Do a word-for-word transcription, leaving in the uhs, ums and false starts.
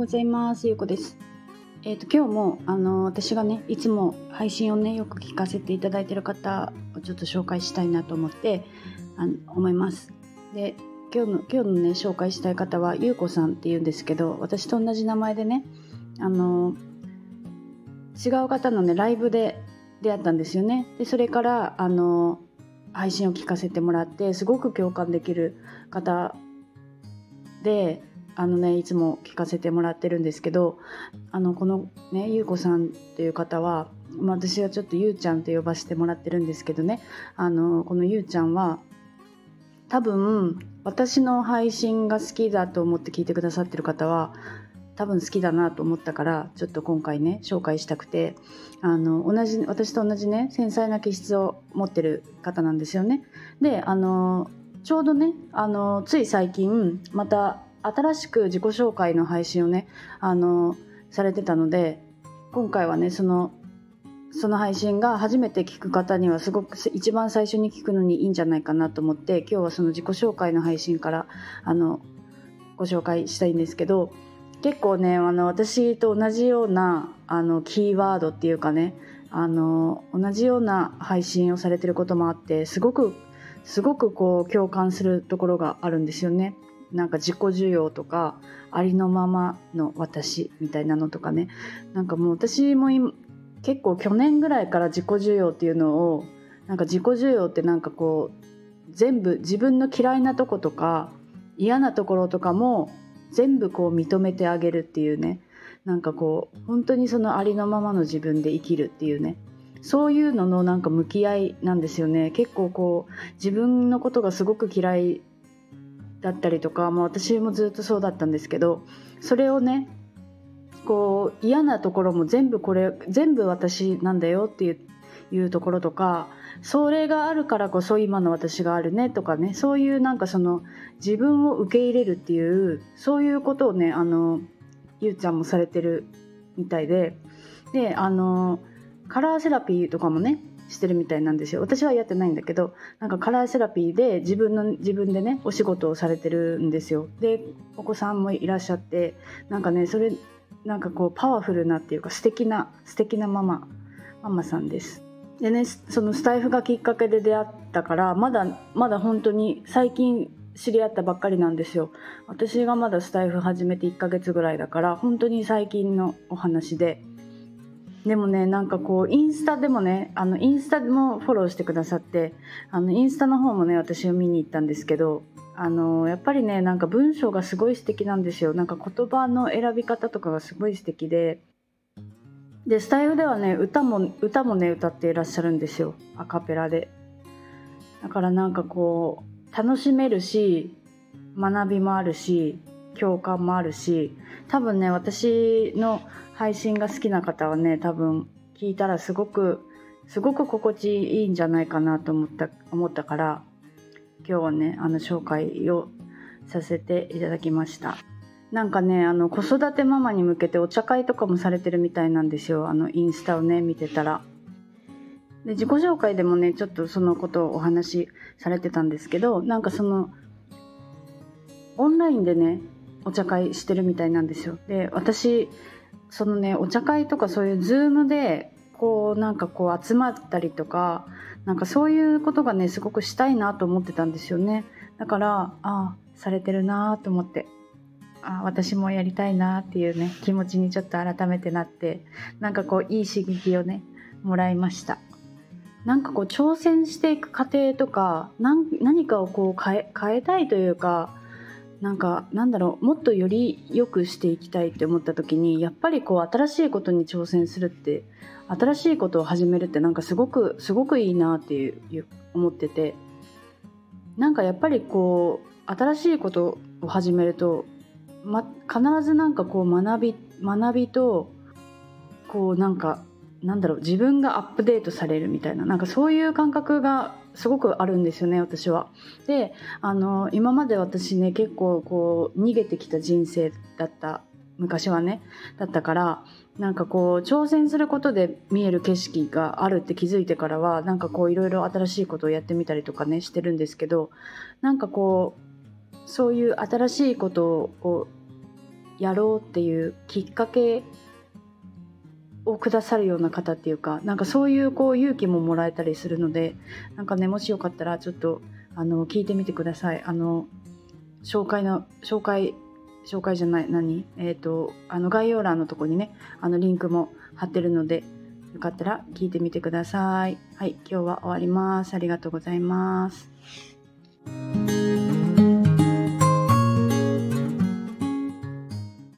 ございます。ゆうこです。えっ、と今日もあの私がねいつも配信をねよく聞かせていただいている方をちょっと紹介したいなと思ってあの思います。で今日の今日のね紹介したい方はゆうこさんっていうんですけど、私と同じ名前でねあの違う方のねライブで出会ったんですよね。でそれからあの配信を聞かせてもらってすごく共感できる方であのねいつも聞かせてもらってるんですけど、あのこのねゆうこさんという方は、まあ、私はちょっとゆうちゃんと呼ばせてもらってるんですけどね、あのこのゆうちゃんは多分私の配信が好きだと思って聞いてくださってる方は多分好きだなと思ったから、ちょっと今回ね紹介したくて、あの同じ私と同じね繊細な気質を持ってる方なんですよね。であのちょうどねあのつい最近また新しく自己紹介の配信をねあのされてたので、今回はねそのその配信が初めて聞く方にはすごく一番最初に聞くのにいいんじゃないかなと思って、今日はその自己紹介の配信からあのご紹介したいんですけど、結構ねあの私と同じようなあのキーワードっていうかね、あの同じような配信をされてることもあって、すごくすごくこう共感するところがあるんですよね。なんか自己需要とかありのままの私みたいなのとかね、なんかもう私も今結構去年ぐらいから自己需要っていうのをなんか自己需要ってなんかこう全部自分の嫌いなとことか嫌なところとかも全部こう認めてあげるっていうね、なんかこう本当にそのありのままの自分で生きるっていうね、そういうののなんか向き合いなんですよね。結構こう自分のことがすごく嫌いだったりとか、まあ、私もずっとそうだったんですけど、それをねこう嫌なところも全部これ全部私なんだよっていう、いうところとか、それがあるからこそ今の私があるねとかね、そういうなんかその自分を受け入れるっていうそういうことをねあのゆうちゃんもされてるみたいで、であのカラーセラピーとかもねしてるみたいなんですよ。私はやってないんだけど、なんかカラーセラピーで自分の自分でねお仕事をされてるんですよ。でお子さんもいらっしゃって、なんかねそれなんかこうパワフルなっていうか素敵な素敵なママママさんです。でねそのスタイフがきっかけで出会ったから、まだまだ本当に最近知り合ったばっかりなんですよ。私がまだスタイフ始めていっかげつぐらいだから本当に最近のお話で、でもねなんかこうインスタでもねあのインスタもフォローしてくださって、あのインスタの方もね私を見に行ったんですけど、あのやっぱりねなんか文章がすごい素敵なんですよ。なんか言葉の選び方とかがすごい素敵で、でスタイフではね歌も歌もね歌っていらっしゃるんですよ、アカペラで。だからなんかこう楽しめるし学びもあるし共感もあるし、多分ね私の配信が好きな方はね多分聞いたらすごくすごく心地いいんじゃないかなと思った思ったから今日はねあの紹介をさせていただきました。なんかねあの子育てママに向けてお茶会とかもされてるみたいなんですよ、あのインスタをね見てたら。で自己紹介でもねちょっとそのことをお話しされてたんですけど、なんかそのオンラインでねお茶会してるみたいなんですよ。で私そのねお茶会とかそういうズームでこうなんかこう集まったりとか、なんかそういうことがねすごくしたいなと思ってたんですよね。だからああされてるなと思って、あ私もやりたいなっていうね気持ちにちょっと改めてなって、なんかこういい刺激をねもらいました。なんかこう挑戦していく過程とか何何かをこう変え、変えたいというか、なんかなんだろうもっとより良くしていきたいって思った時に、やっぱりこう新しいことに挑戦するって、新しいことを始めるってなんかすごくすごくいいなっていう思ってて、なんかやっぱりこう新しいことを始めると、ま、必ずなんかこう学び学びとこうなんかなんだろう自分がアップデートされるみたいな、なんかそういう感覚がすごくあるんですよね私は。であの今まで私ね結構こう逃げてきた人生だった昔はねだったから、なんかこう挑戦することで見える景色があるって気づいてからは、なんかこういろいろ新しいことをやってみたりとかねしてるんですけど、なんかこうそういう新しいことをやろうっていうきっかけをくださるような方っていうか、なんかそういうこう勇気ももらえたりするので、なんかね、もしよかったらちょっとあの聞いてみてください。あの紹介の紹介紹介じゃない何えっ、ー、とあの概要欄のところにね、あのリンクも貼ってるので、よかったら聞いてみてください。はい、今日は終わります。ありがとうございます。